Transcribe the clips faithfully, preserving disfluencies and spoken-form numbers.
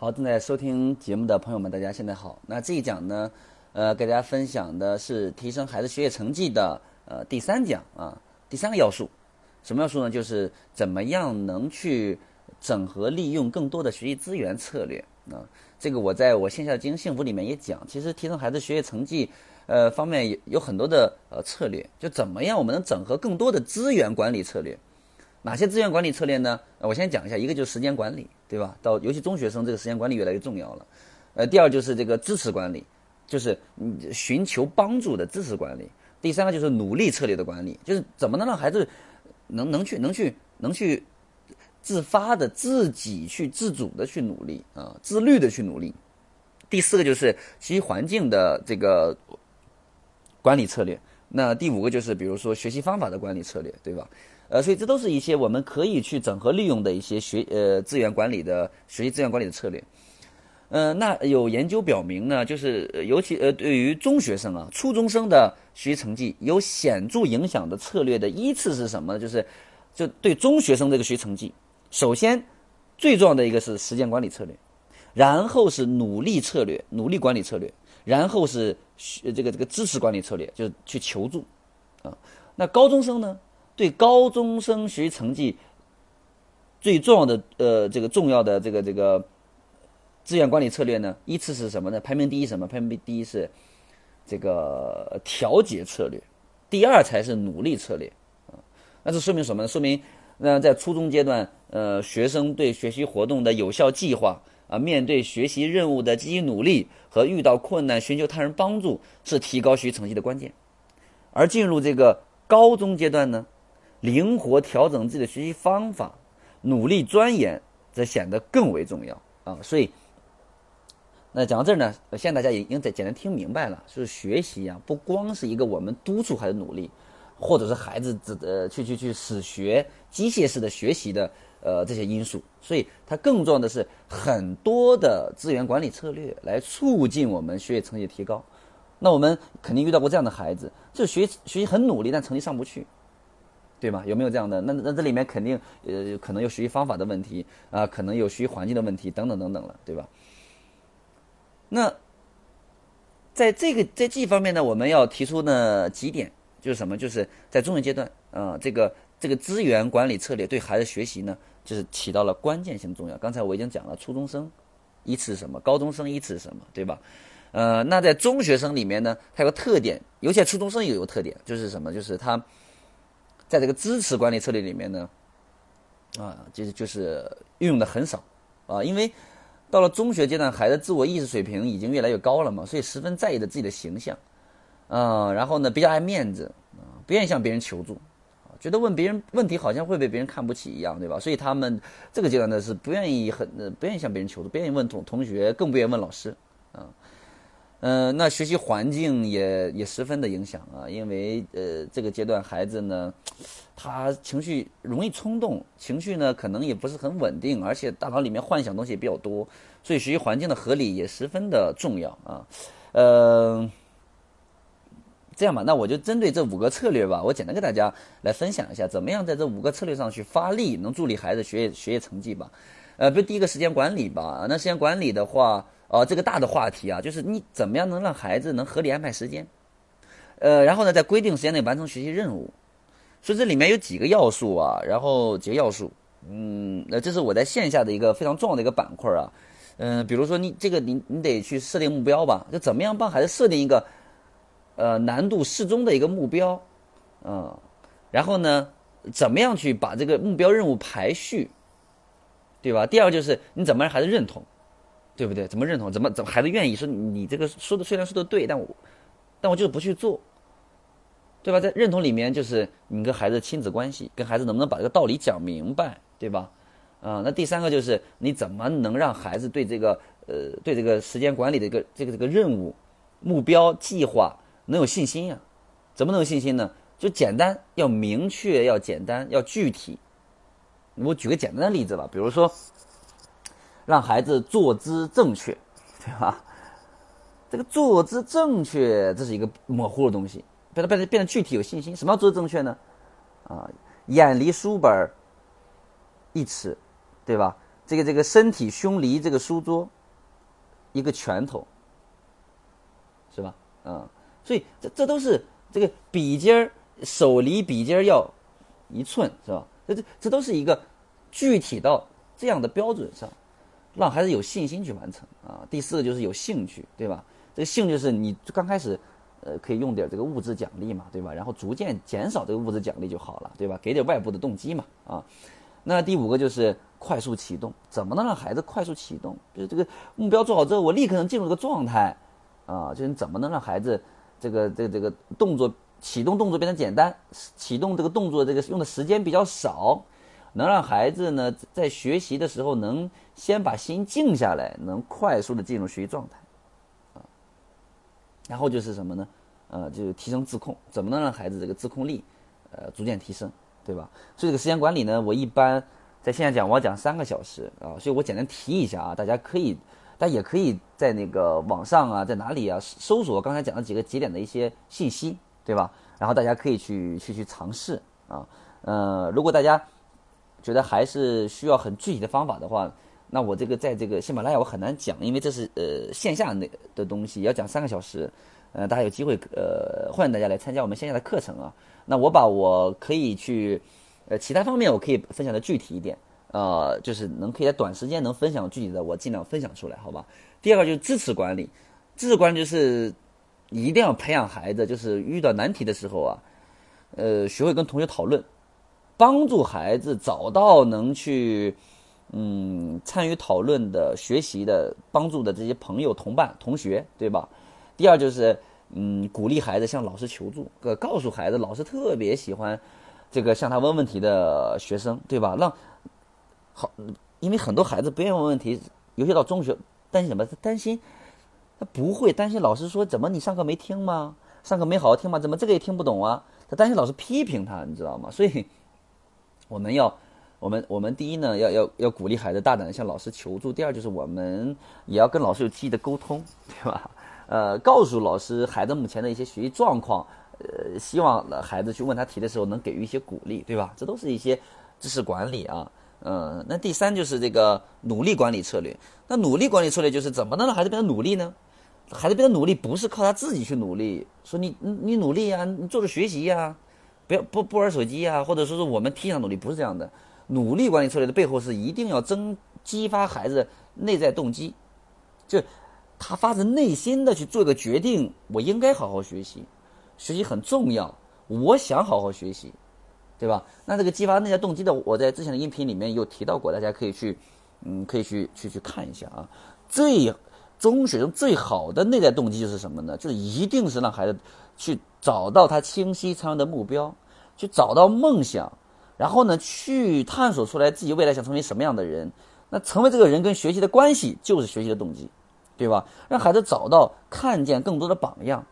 好，正在收听节目的朋友们，大家现在好。那这一讲呢，呃，给大家分享的是提升孩子学业成绩的呃第三讲啊，第三个要素。什么要素呢？就是怎么样能去整合利用更多的学习资源策略啊。这个我在我线下的经营幸福里面也讲，其实提升孩子学业成绩呃方面有很多的呃策略，就怎么样我们能整合更多的资源管理策略。哪些资源管理策略呢？我先讲一下，一个就是时间管理，对吧？到尤其中学生这个时间管理越来越重要了。呃，第二就是这个支持管理，就是寻求帮助的支持管理。第三个就是努力策略的管理，就是怎么能让孩子能能去能去能去自发的自己去自主的去努力啊，自律的去努力。第四个就是学习环境的这个管理策略。那第五个就是比如说学习方法的管理策略，对吧？呃，所以这都是一些我们可以去整合利用的一些学呃资源管理的学习资源管理的策略。呃，那有研究表明呢，就是尤其呃对于中学生啊、初中生的学习成绩有显著影响的策略的依次是什么呢？就是就对中学生这个学习成绩，首先最重要的一个是时间管理策略，然后是努力策略、努力管理策略，然后是这个这个支持管理策略，就是去求助啊。那高中生呢？对高中生学习成绩最重要的呃这个重要的这个这个资源管理策略呢，依次是什么呢？排名第一什么？排名第一是这个调节策略，第二才是努力策略啊。那这说明什么呢？说明那在初中阶段，呃，学生对学习活动的有效计划啊，面对学习任务的积极努力和遇到困难寻求他人帮助，是提高学习成绩的关键。而进入这个高中阶段呢，灵活调整自己的学习方法，努力钻研，则显得更为重要啊！所以，那讲到这儿呢，现在大家已经简单听明白了，就是学习啊，不光是一个我们督促孩子努力，或者是孩子呃去去去死学、机械式的学习的呃这些因素，所以它更重要的是很多的资源管理策略来促进我们学业成绩提高。那我们肯定遇到过这样的孩子，就学学习很努力，但成绩上不去。对吧？有没有这样的？那那这里面肯定呃可能有学习方法的问题啊、呃，可能有学习环境的问题等等等等了，对吧？那在这个在这方面呢，我们要提出呢几点，就是什么？就是在中学阶段啊、呃，这个这个资源管理策略对孩子学习呢，就是起到了关键性重要。刚才我已经讲了，初中生依次是什么？高中生依次是什么？对吧？呃，那在中学生里面呢，它有个特点，尤其在初中生也有特点，就是什么？就是他。在这个支持管理策略里面呢，啊，就是就是运用的很少啊，因为到了中学阶段，孩子自我意识水平已经越来越高了嘛，所以十分在意的自己的形象，啊，然后呢比较爱面子啊，不愿意向别人求助，啊，觉得问别人问题好像会被别人看不起一样，对吧？所以他们这个阶段呢是不愿意很不愿意向别人求助，不愿意问同同学，更不愿意问老师啊。嗯、呃，那学习环境也也十分的影响啊，因为呃这个阶段孩子呢，他情绪容易冲动，情绪呢可能也不是很稳定，而且大脑里面幻想东西也比较多，所以学习环境的合理也十分的重要啊。呃，这样吧，那我就针对这五个策略吧，我简单跟大家来分享一下，怎么样在这五个策略上去发力，能助力孩子学业学业成绩吧。呃，不，第一个时间管理吧，那时间管理的话。呃，这个大的话题啊，就是你怎么样能让孩子能合理安排时间，呃，然后呢，在规定时间内完成学习任务。所以这里面有几个要素啊，然后几个要素，嗯，呃，这是我在线下的一个非常重要的一个板块啊，嗯、呃，比如说你这个你你得去设定目标吧，就怎么样帮孩子设定一个呃难度适中的一个目标，嗯、呃，然后呢，怎么样去把这个目标任务排序，对吧？第二就是你怎么让孩子认同。对不对？怎么认同？怎么怎么孩子愿意说你这个说的虽然说的对，但我但我就是不去做，对吧？在认同里面，就是你跟孩子的亲子关系，跟孩子能不能把这个道理讲明白，对吧？啊、呃，那第三个就是你怎么能让孩子对这个呃对这个时间管理的一个这个这个任务、目标、计划能有信心呀、啊？怎么能有信心呢？就简单，要明确，要简单，要具体。我举个简单的例子吧，比如说。让孩子坐姿正确，对吧？这个坐姿正确，这是一个模糊的东西，变得变得变得具体有信心。什么叫坐姿正确呢？啊，眼离书本一尺，对吧？ 这个这个身体胸离这个书桌一个拳头，是吧？嗯，所以这这都是这个笔尖儿手离笔尖儿要一寸，是吧？这这这都是一个具体到这样的标准上，让孩子有信心去完成啊。第四个就是有兴趣，对吧？这个兴趣是你刚开始，呃，可以用点这个物质奖励嘛，对吧？然后逐渐减少这个物质奖励就好了，对吧？给点外部的动机嘛，啊。那第五个就是快速启动，怎么能让孩子快速启动？就是这个目标做好之后，我立刻能进入这个状态，啊，就是你怎么能让孩子这个这个这个动作启动动作变得简单，启动这个动作这个用的时间比较少，能让孩子呢在学习的时候能先把心静下来，能快速的进入学习状态，啊，然后就是什么呢？呃，就是提升自控，怎么能让孩子这个自控力，呃，逐渐提升。对吧？所以这个时间管理呢，我一般在现在讲，我要讲三个小时啊，所以我简单提一下啊，大家可以，大家也可以在那个网上啊，在哪里啊搜索刚才讲的几个节点的一些信息，对吧？然后大家可以去去去尝试啊，呃，如果大家觉得还是需要很具体的方法的话，那我这个在这个喜马拉雅我很难讲，因为这是呃线下的的东西，要讲三个小时。呃，大家有机会，呃，欢迎大家来参加我们线下的课程啊。那我把我可以去，呃，其他方面我可以分享的具体一点，呃，就是能可以在短时间能分享具体的，我尽量分享出来，好吧？第二个就是知识管理，知识管理就是一定要培养孩子，就是遇到难题的时候啊，呃，学会跟同学讨论，帮助孩子找到能去，嗯，参与讨论的、学习的、帮助的这些朋友、同伴、同学，对吧？第二就是，嗯，鼓励孩子向老师求助，呃，告诉孩子老师特别喜欢这个向他问问题的学生，对吧？让好，因为很多孩子不愿意问问题，尤其到中学，担心什么？他担心他不会，担心老师说怎么你上课没听吗？上课没好好听吗？怎么这个也听不懂啊？他担心老师批评他，你知道吗？所以我们要，我们我们第一呢，要要要鼓励孩子大胆的向老师求助；第二就是我们也要跟老师有积极的沟通，对吧？呃，告诉老师孩子目前的一些学习状况，呃，希望孩子去问他题的时候能给予一些鼓励，对吧？这都是一些知识管理啊。呃，那第三就是这个努力管理策略。那努力管理策略就是怎么能让孩子变得努力呢？孩子变得努力不是靠他自己去努力，说你你你努力呀、啊，你做着学习呀、啊，不要不不玩手机呀、啊，或者说是我们提倡努力，不是这样的。努力管理策略的背后是一定要增激发孩子的内在动机，就他发自内心的去做一个决定，我应该好好学习，学习很重要，我想好好学习，对吧？那这个激发内在动机的，我在之前的音频里面有提到过，大家可以去，嗯，可以去去去看一下啊。最中学生最好的内在动机就是什么呢？就是一定是让孩子去找到他清晰长远的目标，去找到梦想，然后呢，去探索出来自己未来想成为什么样的人。那成为这个人跟学习的关系就是学习的动机。对吧？让孩子找到、看见更多的榜样。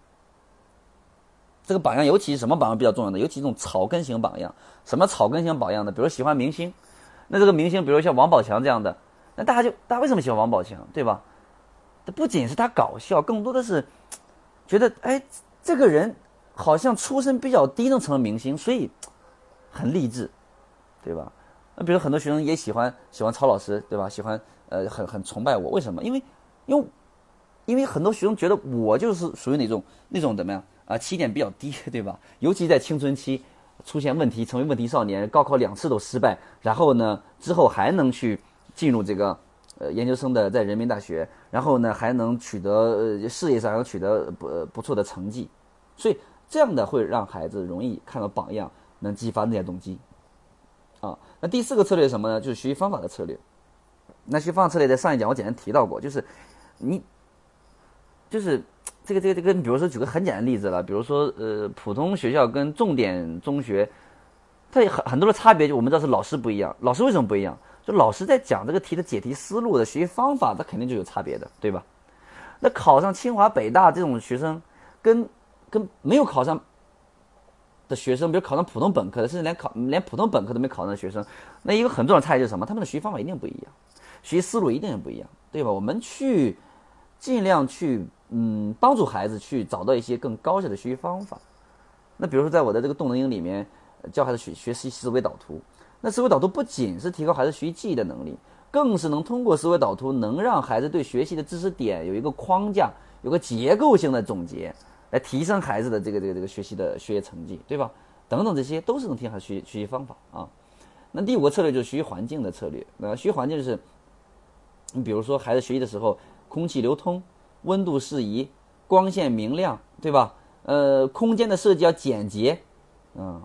这个榜样，尤其是什么榜样比较重要的？尤其这种草根型榜样。什么草根型榜样呢？比如喜欢明星，那这个明星，比如像王宝强这样的，那大家就大家为什么喜欢王宝强？对吧？这不仅是他搞笑，更多的是觉得，哎，这个人好像出身比较低，能成为明星，所以很励志，对吧？那比如很多学生也喜欢喜欢曹老师，对吧？喜欢呃很很崇拜我，为什么？因为因为因为很多学生觉得我就是属于那种那种怎么样啊，起点比较低，对吧？尤其在青春期出现问题，成为问题少年，高考两次都失败，然后呢之后还能去进入这个呃研究生的在人民大学，然后呢还能取得呃事业上能取得不、呃、不错的成绩，所以这样的会让孩子容易看到榜样，能激发内在动机啊。那第四个策略是什么呢？就是学习方法的策略。那学习方法策略在上一讲我简单提到过，就是你就是这个这个这个，比如说举个很简单的例子了，比如说呃普通学校跟重点中学，它有很很多的差别，就我们知道是老师不一样。老师为什么不一样？就老师在讲这个题的解题思路的学习方法，它肯定就有差别的，对吧？那考上清华北大这种学生，跟跟没有考上的学生，比如考上普通本科的，甚至连考连普通本科都没考上的学生，那一个很重要的差异就是什么？他们的学习方法一定不一样，学习思路一定也不一样，对吧？我们去尽量去嗯帮助孩子去找到一些更高效的学习方法。那比如说在我的这个动能营里面，教孩子学学习思维导图。那思维导图不仅是提高孩子学习记忆的能力， 更是能通过思维导图，能让孩子对学习的知识点有一个框架，有个结构性的总结，来提升孩子的这个这个这个学习的学业成绩，对吧？等等，这些都是能提升孩子学学习方法啊。那第五个策略就是学习环境的策略。那学习环境就是，你比如说孩子学习的时候，空气流通，温度适宜，光线明亮，对吧？呃，空间的设计要简洁，嗯，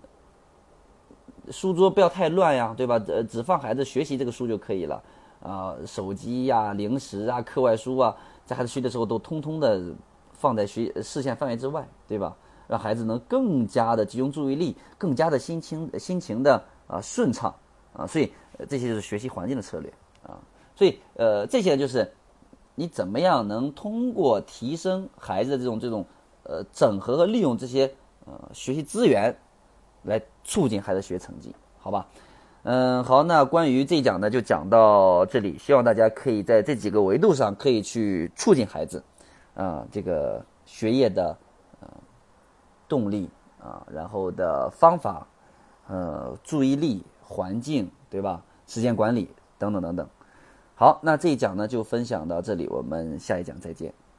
书桌不要太乱呀，对吧？呃，只放孩子学习这个书就可以了啊、呃，手机呀、零食啊、课外书啊，在孩子学习的时候都通通的放在学视线范围之外，对吧？让孩子能更加的集中注意力，更加的心情心情的啊、呃、顺畅啊，所以、呃、这些就是学习环境的策略啊。所以呃，这些就是你怎么样能通过提升孩子的这种这种呃整合和利用这些呃学习资源，来促进孩子学习成绩，好吧？嗯，好，那关于这一讲呢，就讲到这里。希望大家可以在这几个维度上可以去促进孩子啊、呃、这个学业的呃动力啊，然后的方法，呃，注意力、环境，对吧？时间管理等等等等。好，那这一讲呢就分享到这里，我们下一讲再见。